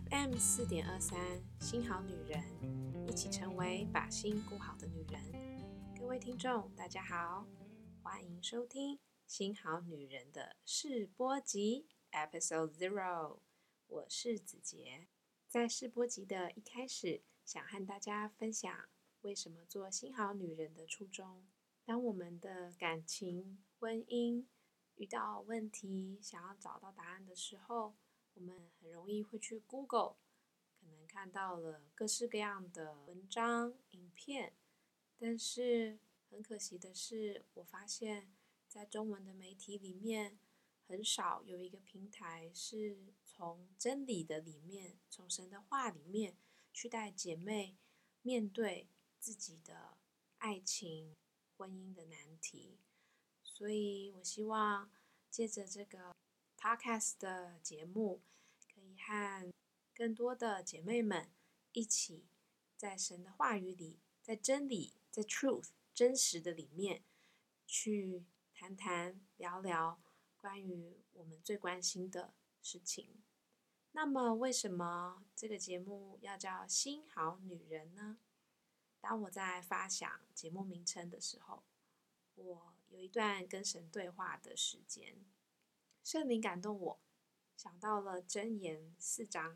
FM4.23新好女人，一起成为把心顾好的女人。各位听众大家好，欢迎收听新好女人的试播集 Episode 0， 我是子杰。在试播集的一开始，想和大家分享为什么做新好女人的初衷。当我们的感情、婚姻遇到问题，想要找到答案的时候，我们很容易会去 Google， 可能看到了各式各样的文章、影片，但是很可惜的是，我发现在中文的媒体里面，很少有一个平台是从真理的里面，从神的话里面去带姐妹面对自己的爱情、婚姻的难题。所以我希望借着这个 podcast 的节目，可以和更多的姐妹们一起在神的话语里，在真理，在 truth 真实的里面去谈谈聊聊关于我们最关心的事情。那么为什么这个节目要叫新好女人呢？当我在发想节目名称的时候，我有一段跟神对话的时间，圣灵感动我，想到了箴言4章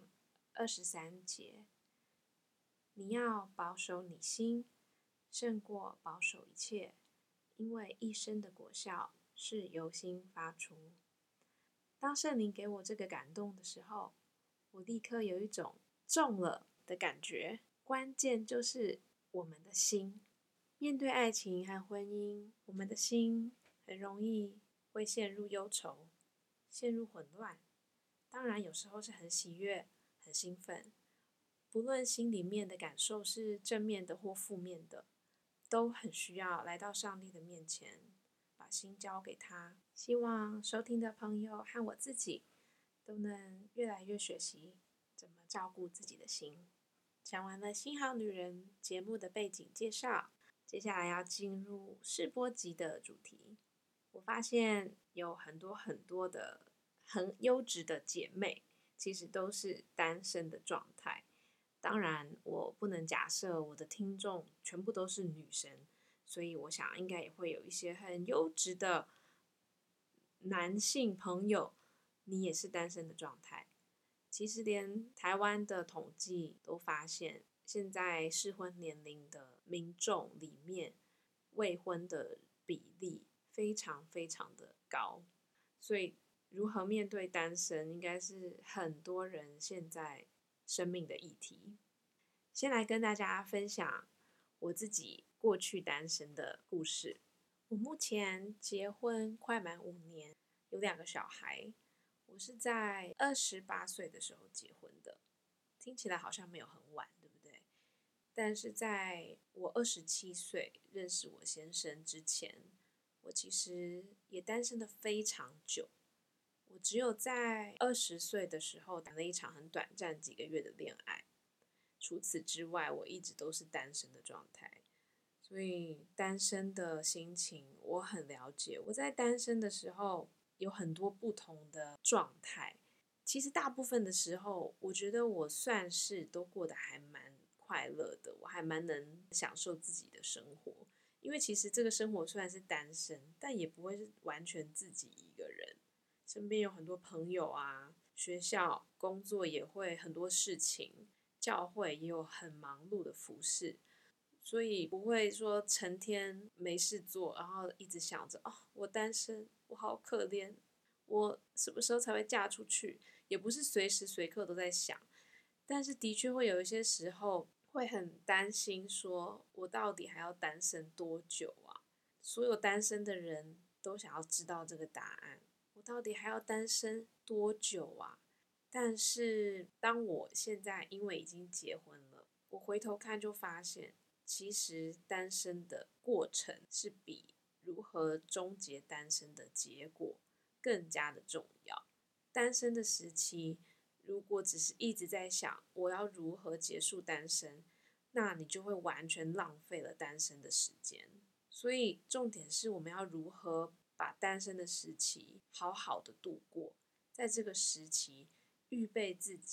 23节，你要保守你心，胜过保守一切，因为一生的果效是由心发出。当圣灵给我这个感动的时候，我立刻有一种中了的感觉，关键就是我们的心。面对爱情和婚姻，我们的心很容易会陷入忧愁，陷入混乱。当然有时候是很喜悦、很兴奋，不论心里面的感受是正面的或负面的，都很需要来到上帝的面前，把心交给他。希望收听的朋友和我自己都能越来越学习怎么照顾自己的心。讲完了新好女人节目的背景介绍，接下来要进入试播集的主题。我发现有很多的很优质的姐妹，其实都是单身的状态。当然，我不能假设我的听众全部都是女生，所以我想应该也会有一些很优质的男性朋友，你也是单身的状态。其实连台湾的统计都发现，现在适婚年龄的民众里面，未婚的比例非常非常的高。所以如何面对单身，应该是很多人现在生命的议题。先来跟大家分享我自己过去单身的故事。我目前结婚快满5年，有2个小孩。我是在28岁的时候结婚的，听起来好像没有很晚，对不对？但是在我27岁认识我先生之前，我其实也单身的非常久。我只有在20岁的时候谈了一场很短暂几个月的恋爱，除此之外，我一直都是单身的状态。所以单身的心情我很了解。我在单身的时候有很多不同的状态。其实大部分的时候，我觉得我算是都过得还蛮快乐的，我还蛮能享受自己的生活。因为其实这个生活虽然是单身，但也不会是完全自己一个人。身边有很多朋友啊，学校、工作也会很多事情，教会也有很忙碌的服事。所以不会说成天没事做，然后一直想着我单身，我好可怜，我什么时候才会嫁出去？也不是随时随刻都在想，但是的确会有一些时候会很担心，说我到底还要单身多久啊？所有单身的人都想要知道这个答案，我到底还要单身多久啊？但是当我现在因为已经结婚了，我回头看就发现，其实单身的过程是比如何终结单身的结果更加的重要。单身的时期，如果只是一直在想我要如何结束单身，那你就会完全浪费了单身的时间。所以重点是我们要如何把单身的时期好好的度过，在这个时期预备自己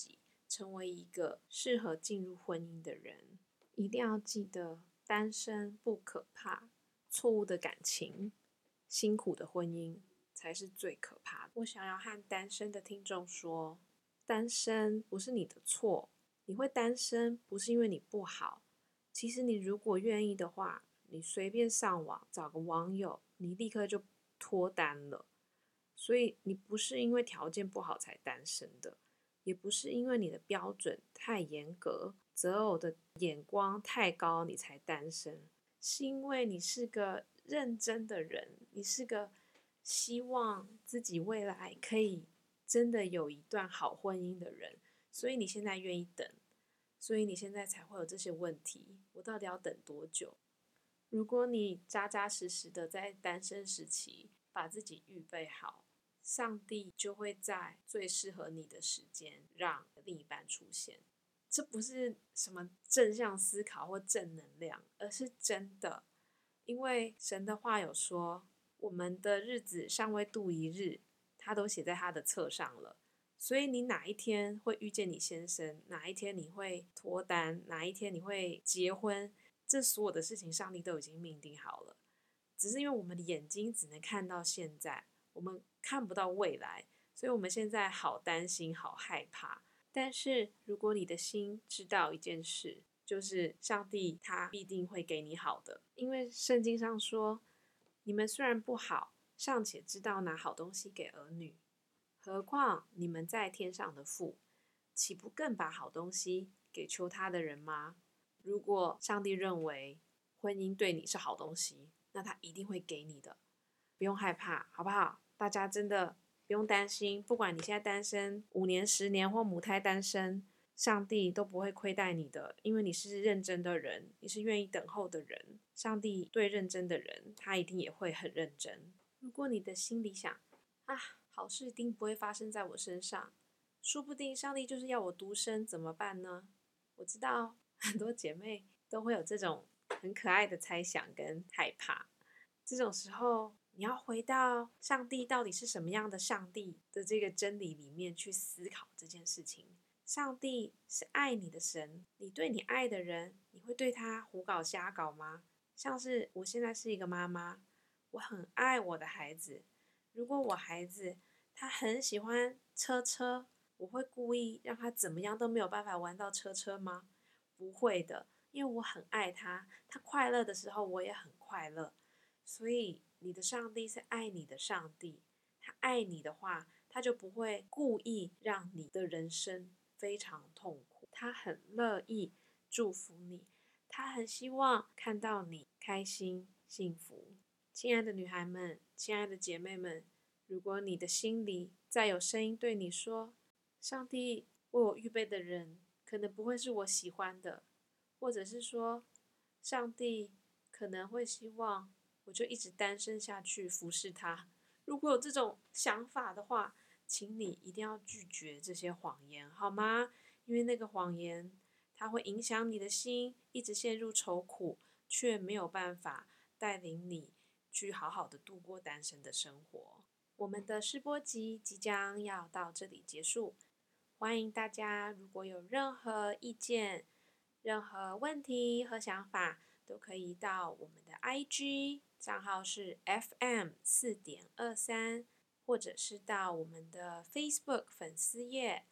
成为一个适合进入婚姻的人。一定要记得，单身不可怕，错误的感情、辛苦的婚姻才是最可怕的。我想要和单身的听众说，单身不是你的错，你会单身不是因为你不好，其实你如果愿意的话，你随便上网找个网友，你立刻就脱单了。所以你不是因为条件不好才单身的，也不是因为你的标准太严格，择偶的眼光太高你才单身，是因为你是个认真的人，你是个希望自己未来可以真的有一段好婚姻的人，所以你现在愿意等，所以你现在才会有这些问题。我到底要等多久？如果你扎扎实实的在单身时期把自己预备好，上帝就会在最适合你的时间让另一半出现。这不是什么正向思考或正能量，而是真的。因为神的话有说，我们的日子尚未度一日，他都写在他的册上了。所以你哪一天会遇见你先生，哪一天你会脱单，哪一天你会结婚，这所有的事情上帝都已经命定好了。只是因为我们的眼睛只能看到现在，我们看不到未来，所以我们现在好担心好害怕。但是如果你的心知道一件事，就是上帝他必定会给你好的。因为圣经上说，你们虽然不好，尚且知道拿好东西给儿女，何况你们在天上的父，岂不更把好东西给求他的人吗？如果上帝认为婚姻对你是好东西，那他一定会给你的，不用害怕，好不好？大家真的不用担心，不管你现在单身5年、10年或母胎单身，上帝都不会亏待你的，因为你是认真的人，你是愿意等候的人。上帝对认真的人，他一定也会很认真。如果你的心里想，好事一定不会发生在我身上，说不定上帝就是要我独身，怎么办呢？我知道很多姐妹都会有这种很可爱的猜想跟害怕。这种时候，你要回到上帝到底是什么样的上帝的这个真理里面去思考这件事情。上帝是爱你的神，你对你爱的人，你会对他胡搞瞎搞吗？像是我现在是一个妈妈，我很爱我的孩子，如果我孩子他很喜欢车，我会故意让他怎么样都没有办法玩到车吗？不会的，因为我很爱他，他快乐的时候我也很快乐。所以你的上帝是爱你的上帝，他爱你的话，他就不会故意让你的人生非常痛苦，他很乐意祝福你，他很希望看到你开心幸福。亲爱的女孩们，亲爱的姐妹们，如果你的心里再有声音对你说，上帝为我预备的人可能不会是我喜欢的，或者是说上帝可能会希望我就一直单身下去服侍他。如果有这种想法的话，请你一定要拒绝这些谎言，好吗？因为那个谎言它会影响你的心，一直陷入愁苦，却没有办法带领你去好好的度过单身的生活。我们的试播集即将要到这里结束，欢迎大家如果有任何意见、任何问题和想法，都可以到我们的 IG 账号是 FM4.23，或者是到我们的 Facebook 粉丝页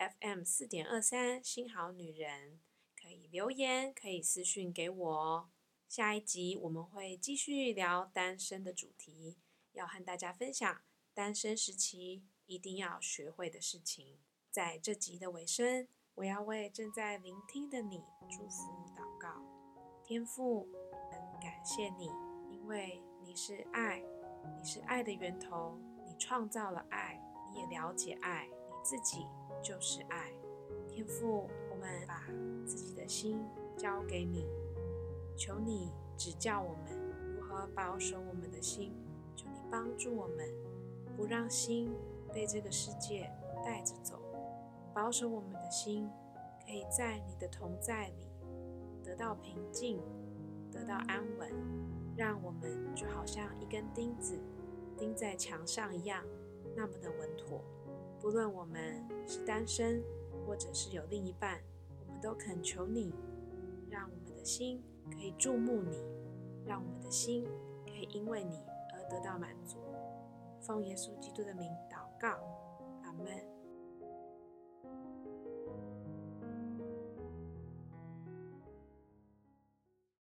FM4.23新好女人，可以留言，可以私讯给我哦。下一集我们会继续聊单身的主题，要和大家分享单身时期一定要学会的事情。在这集的尾声，我要为正在聆听的你祝福祷告。天父，很感谢你，因为你是爱，你是爱的源头，你创造了爱，你也了解爱，你自己就是爱。天父，我们把自己的心交给你，求你指教我们如何保守我们的心，求你帮助我们，不让心被这个世界带着走，保守我们的心可以在你的同在里得到平静，得到安稳，让我们就好像一根钉子钉在墙上一样，那么的稳妥。不论我们是单身或者是有另一半，我们都恳求你，让我们的心可以注目你，让我们的心可以因为你而得到满足。奉耶稣基督的名祷告，阿们。